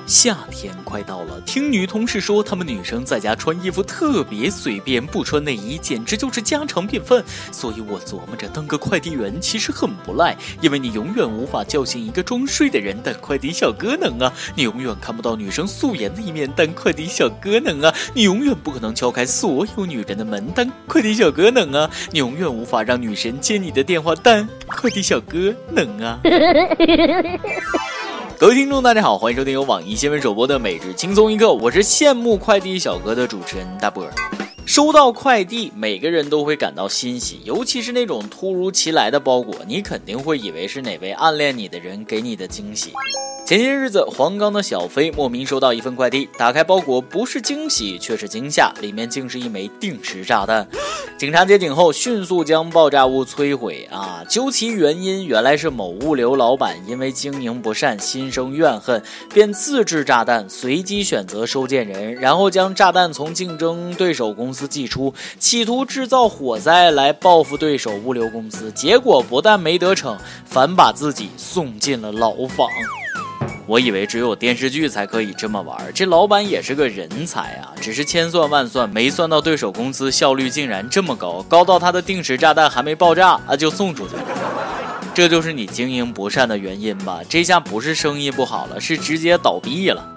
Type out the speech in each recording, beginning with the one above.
夏天快到了，听女同事说，她们女生在家穿衣服特别随便，不穿内衣简直就是家常便饭。所以我琢磨着，当个快递员其实很不赖，因为你永远无法叫醒一个装睡的人，但快递小哥能啊；你永远看不到女生素颜的一面，但快递小哥能啊；你永远不可能敲开所有女人的门，但快递小哥能啊；你永远无法让女神接你的电话，但快递小哥能啊。各位听众大家好，欢迎收听由网易新闻首播的每日轻松一刻，我是羡慕快递小哥的主持人大波儿。收到快递，每个人都会感到欣喜，尤其是那种突如其来的包裹，你肯定会以为是哪位暗恋你的人给你的惊喜。前些日子，黄冈的小飞莫名收到一份快递，打开包裹不是惊喜却是惊吓，里面竟是一枚定时炸弹。警察接警后迅速将爆炸物摧毁究其原因，原来是某物流老板因为经营不善心生怨恨，便自制炸弹，随机选择收件人，然后将炸弹从竞争对手公司寄出，企图制造火灾来报复对手物流公司，结果不但没得逞，反把自己送进了牢房。我以为只有电视剧才可以这么玩，这老板也是个人才啊！只是千算万算，没算到对手公司效率竟然这么高，高到他的定时炸弹还没爆炸就送出去了。这就是你经营不善的原因吧？这下不是生意不好了，是直接倒闭了。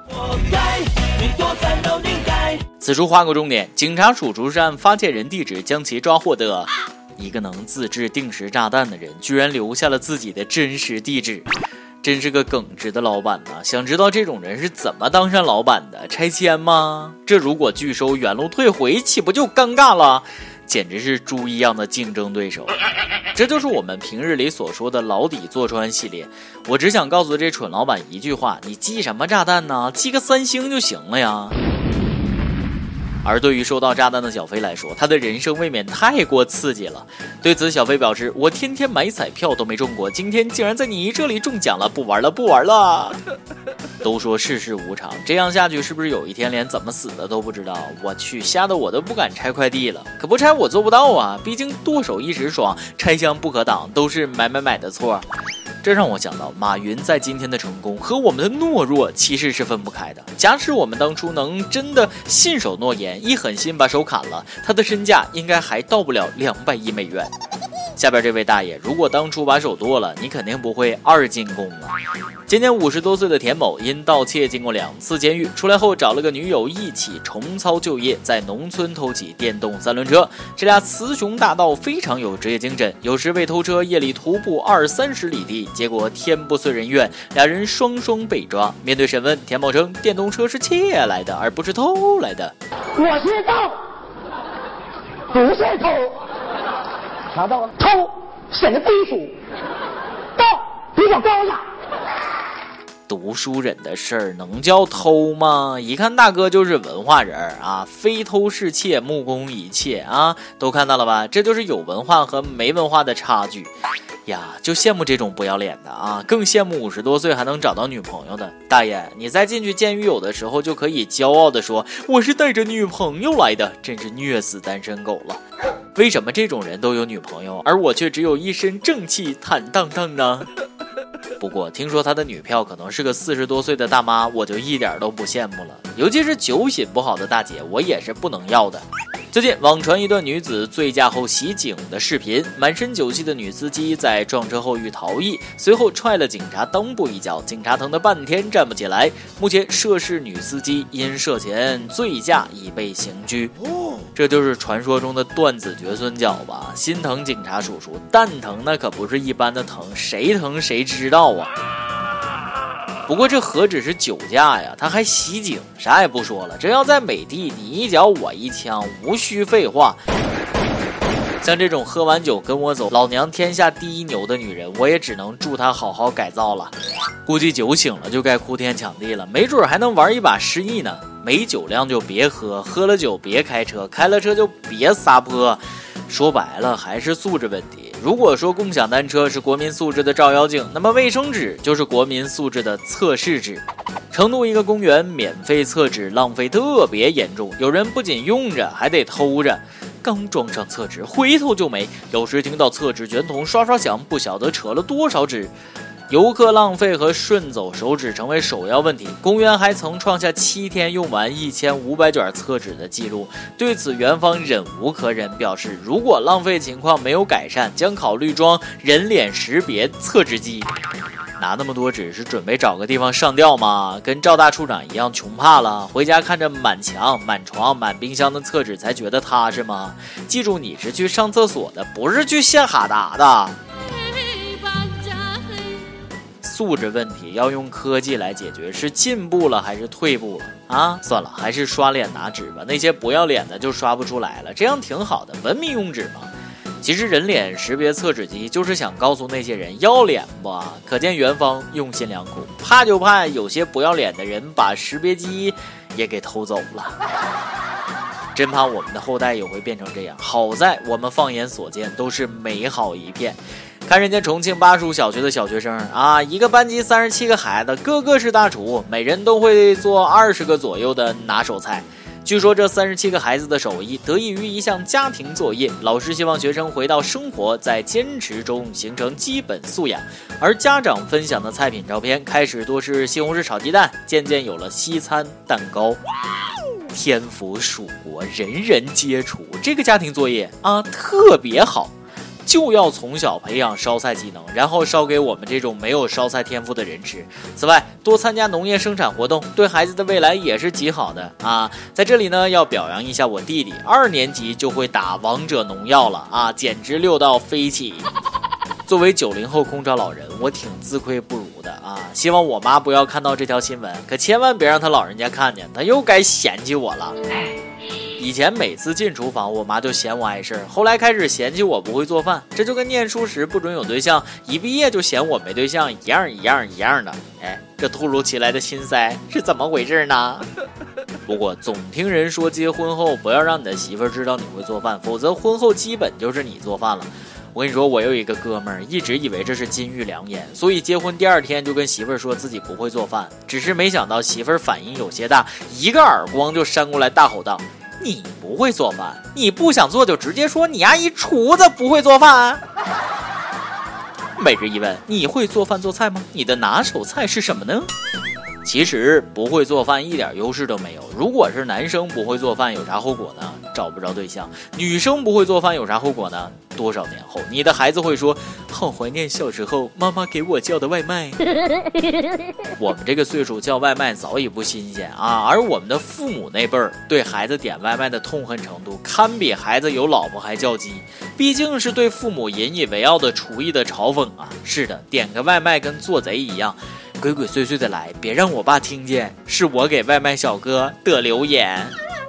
此处画个重点，警察署出示按发件人地址将其抓获的一个能自制定时炸弹的人，居然留下了自己的真实地址。真是个耿直的老板呐！想知道这种人是怎么当上老板的？拆迁吗？这如果拒收原路退回，岂不就尴尬了？简直是猪一样的竞争对手。这就是我们平日里所说的牢底坐穿系列。我只想告诉这蠢老板一句话：你寄什么炸弹呢？寄个3星就行了呀。而对于收到炸弹的小飞来说，他的人生未免太过刺激了。对此，小飞表示：我天天买彩票都没中过，今天竟然在你这里中奖了，不玩了不玩了。都说世事无常，这样下去是不是有一天连怎么死的都不知道？我去，吓得我都不敢拆快递了。可不拆我做不到啊，毕竟剁手一时爽，拆箱不可挡，都是买的错。这让我想到，马云在今天的成功和我们的懦弱其实是分不开的。假使我们当初能真的信守诺言，一狠心把手砍了，他的身价应该还到不了200亿美元。下边这位大爷，如果当初把手剁了，你肯定不会2进宫了。今年50多岁的田某因盗窃进过2次监狱，出来后找了个女友一起重操旧业，在农村偷起电动3轮车。这俩雌雄大盗非常有职业精神，有时为偷车夜里徒步20-30里地，结果天不遂人愿，俩人双被抓。面对审问，田某称电动车是窃来的，而不是偷来的。 我是盗，不是偷。查到了，偷显得低俗，盗比较高雅。 读书人的事儿能叫偷吗？一看大哥就是文化人啊，非偷是窃，木工一切啊，都看到了吧？这就是有文化和没文化的差距呀！就羡慕这种不要脸的啊，更羡慕50多岁还能找到女朋友的大爷。你再进去见狱友的时候，就可以骄傲地说我是带着女朋友来的，真是虐死单身狗了。为什么这种人都有女朋友，而我却只有一身正气坦荡荡呢？不过听说他的女票可能是个40多岁的大妈，我就一点都不羡慕了。尤其是酒品不好的大姐，我也是不能要的。最近网传一段女子醉驾后袭警的视频，满身酒气的女司机在撞车后欲逃逸，随后踹了警察裆部一脚，警察疼得半天站不起来。目前涉事女司机因涉嫌醉驾已被刑拘。这就是传说中的断子绝孙脚吧？心疼警察叔叔，蛋疼那可不是一般的疼，谁疼谁知道啊。不过这何止是酒驾呀，他还袭警，啥也不说了，这要在美的，你一脚我一枪，无需废话。像这种喝完酒跟我走，老娘天下第一牛的女人，我也只能祝她好好改造了。估计酒醒了就该哭天抢地了，没准还能玩一把失忆呢。没酒量就别喝，喝了酒别开车，开了车就别撒泼。说白了还是素质问题。如果说共享单车是国民素质的照妖镜，那么卫生纸就是国民素质的测试纸。成都一个公园免费厕纸浪费特别严重，有人不仅用着还得偷着，刚装上厕纸回头就没，有时听到厕纸卷筒刷刷响，不晓得扯了多少纸。 游客浪费和顺走手纸成为首要问题。公园还曾创下7天用完1500卷厕纸的记录。对此，园方忍无可忍，表示如果浪费情况没有改善，将考虑装人脸识别厕纸机。拿那么多纸是准备找个地方上吊吗？跟赵大处长一样穷怕了，回家看着满墙、满床、满冰箱的厕纸才觉得踏实吗？记住，你是去上厕所的，不是去献哈达的。素质问题要用科技来解决，是进步了还是退步了啊？算了，还是刷脸拿纸吧，那些不要脸的就刷不出来了，这样挺好的，文明用纸嘛。其实人脸识别厕纸机就是想告诉那些人要脸吧，可见园方用心良苦，怕就怕有些不要脸的人把识别机也给偷走了。真怕我们的后代也会变成这样。好在我们放眼所见都是美好一片。看人家重庆巴蜀小学的小学生啊，一个班级37个孩子，个个是大厨，每人都会做20个左右的拿手菜。据说这37个孩子的手艺得益于一项家庭作业，老师希望学生回到生活，在坚持中形成基本素养。而家长分享的菜品照片开始多是西红柿炒鸡蛋，渐渐有了西餐蛋糕。天府蜀国人人皆厨，这个家庭作业啊特别好，就要从小培养烧菜技能，然后烧给我们这种没有烧菜天赋的人吃。此外，多参加农业生产活动，对孩子的未来也是极好的啊！在这里呢，要表扬一下我弟弟，2年级就会打王者农药了啊，简直溜到飞起。作为90后空巢老人，我挺自愧不如的啊！希望我妈不要看到这条新闻，可千万别让她老人家看见，她又该嫌弃我了。以前每次进厨房，我妈就嫌我碍事儿，后来开始嫌弃我不会做饭，这就跟念书时不准有对象，一毕业就嫌我没对象一样的。哎，这突如其来的心塞是怎么回事呢？不过总听人说结婚后不要让你的媳妇儿知道你会做饭，否则婚后基本就是你做饭了。我跟你说，我有一个哥们儿，一直以为这是金玉良言，所以结婚第2天就跟媳妇儿说自己不会做饭，只是没想到媳妇儿反应有些大，一个耳光就扇过来，大吼道：“你不会做饭？你不想做就直接说你阿姨厨子不会做饭。”每日一问，你会做饭做菜吗？你的拿手菜是什么呢？其实不会做饭一点优势都没有。如果是男生不会做饭有啥后果呢？找不着对象。女生不会做饭有啥后果呢？多少年后你的孩子会说，好怀念小时候妈妈给我叫的外卖。我们这个岁数叫外卖早已不新鲜啊，而我们的父母那辈儿对孩子点外卖的痛恨程度堪比孩子有老婆还叫鸡，毕竟是对父母引以为傲的厨艺的嘲讽啊。是的，点个外卖跟做贼一样，鬼鬼祟祟的来，别让我爸听见是我给外卖小哥的留言。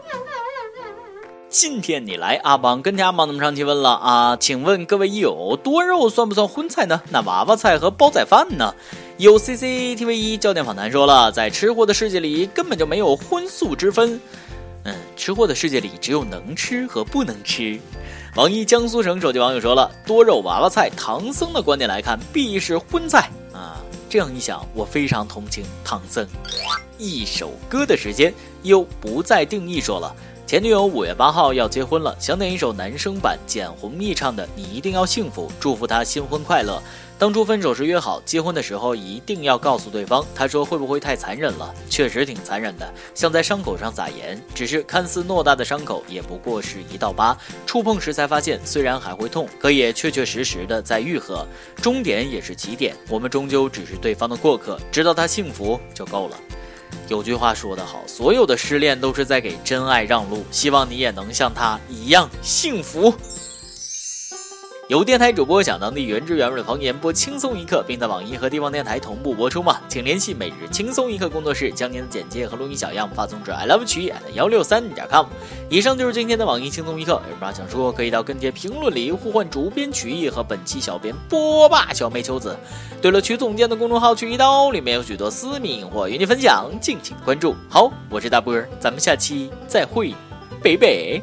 今天你来阿邦跟阿邦那么上提问了啊，请问各位益友，多肉算不算荤菜呢？那娃娃菜和煲仔饭呢？有 CCTV1 焦点访谈说了，在吃货的世界里根本就没有荤素之分。吃货的世界里只有能吃和不能吃。网易江苏省手机网友说了，多肉娃娃菜，唐僧的观点来看必是荤菜啊。这样一想，我非常同情唐僧。一首歌的时间，又不再定义说了，前女友5月8号要结婚了，想点一首男生版简弘毅唱的《你一定要幸福》，祝福她新婚快乐。当初分手时约好，结婚的时候一定要告诉对方。他说会不会太残忍了？确实挺残忍的，像在伤口上撒盐，只是看似偌大的伤口也不过是一道疤，触碰时才发现，虽然还会痛，可也确确实实的在愈合。终点也是起点，我们终究只是对方的过客，直到他幸福就够了。有句话说得好，所有的失恋都是在给真爱让路，希望你也能像他一样幸福。由电台主播讲当地原汁原味的方言，播轻松一刻，并在网易和地方电台同步播出吗？请联系每日轻松一刻工作室，将您的简介和录音小样发送至 iLoveChü@163.com。以上就是今天的网易轻松一刻，有什么想说可以到跟帖评论里互换主编曲艺和本期小编波霸小妹秋子。对了，曲总监的公众号曲一刀里面有许多私密隐或与你分享，敬请关注。好，我是大波儿，咱们下期再会，北北。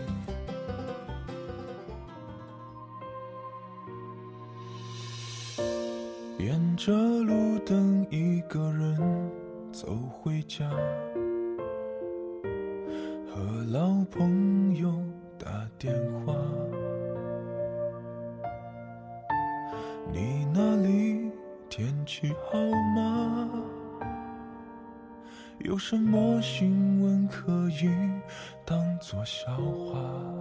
沿着路灯一个人走回家，和老朋友打电话，你那里天气好吗？有什么新闻可以当作笑话？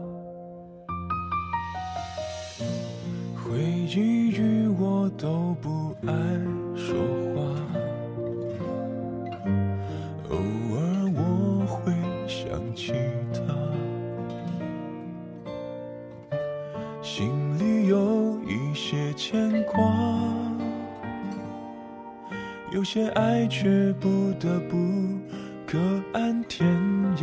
回忆与我都不爱说话，偶尔我会想起他，心里有一些牵挂，有些爱却不得不各安天涯。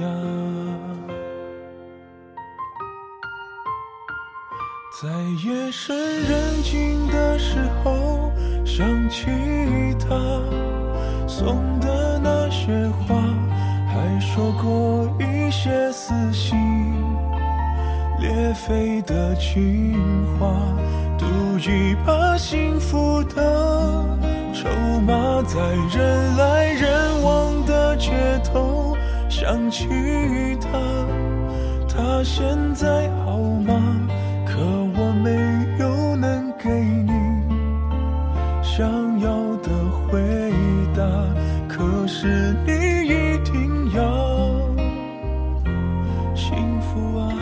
在夜深人静的时候，想起他送的那些话，还说过一些撕心裂肺的情话，赌一把幸福的筹码，在人来人往的街头想起他，他现在好吗？可我没有能给你想要的回答，可是你一定要幸福啊。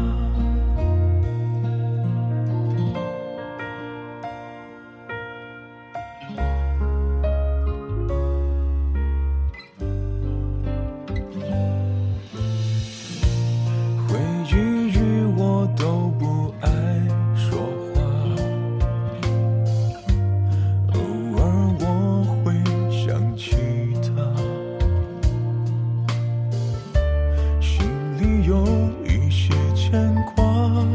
回忆与我都不爱说话，偶尔我会想起他，心里有一些牵挂，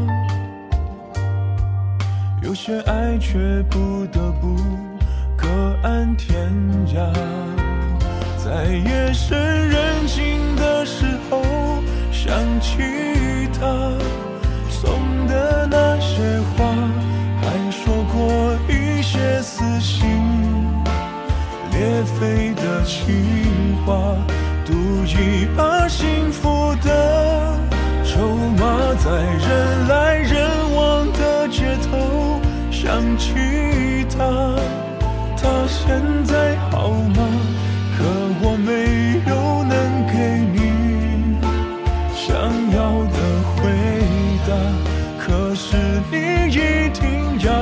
有些爱却不得不各安天涯。在夜深人静的时候想起他送的那些话，还说过一些撕心裂肺的情话，赌一把幸福的筹码，在人来人往的街头想起他，他现在好吗？可我没有能给你想要的回答，可是你一定要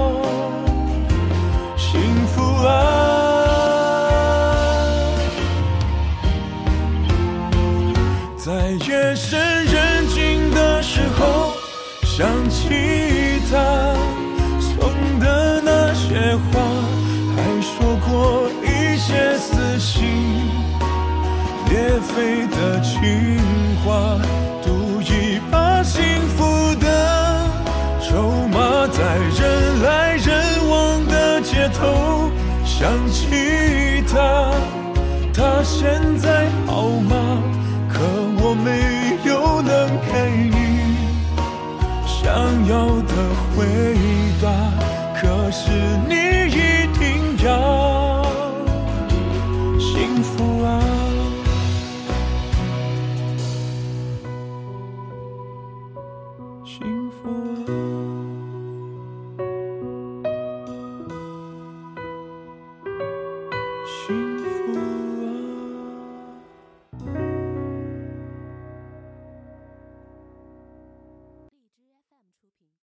幸福啊。在夜深人静的时候想起他送的那些话，还说过一些撕心裂肺的情话，赌一把幸福的筹码，在人来人往的街头想起他，他现在好吗？可我没有能给你想要的回答，可是你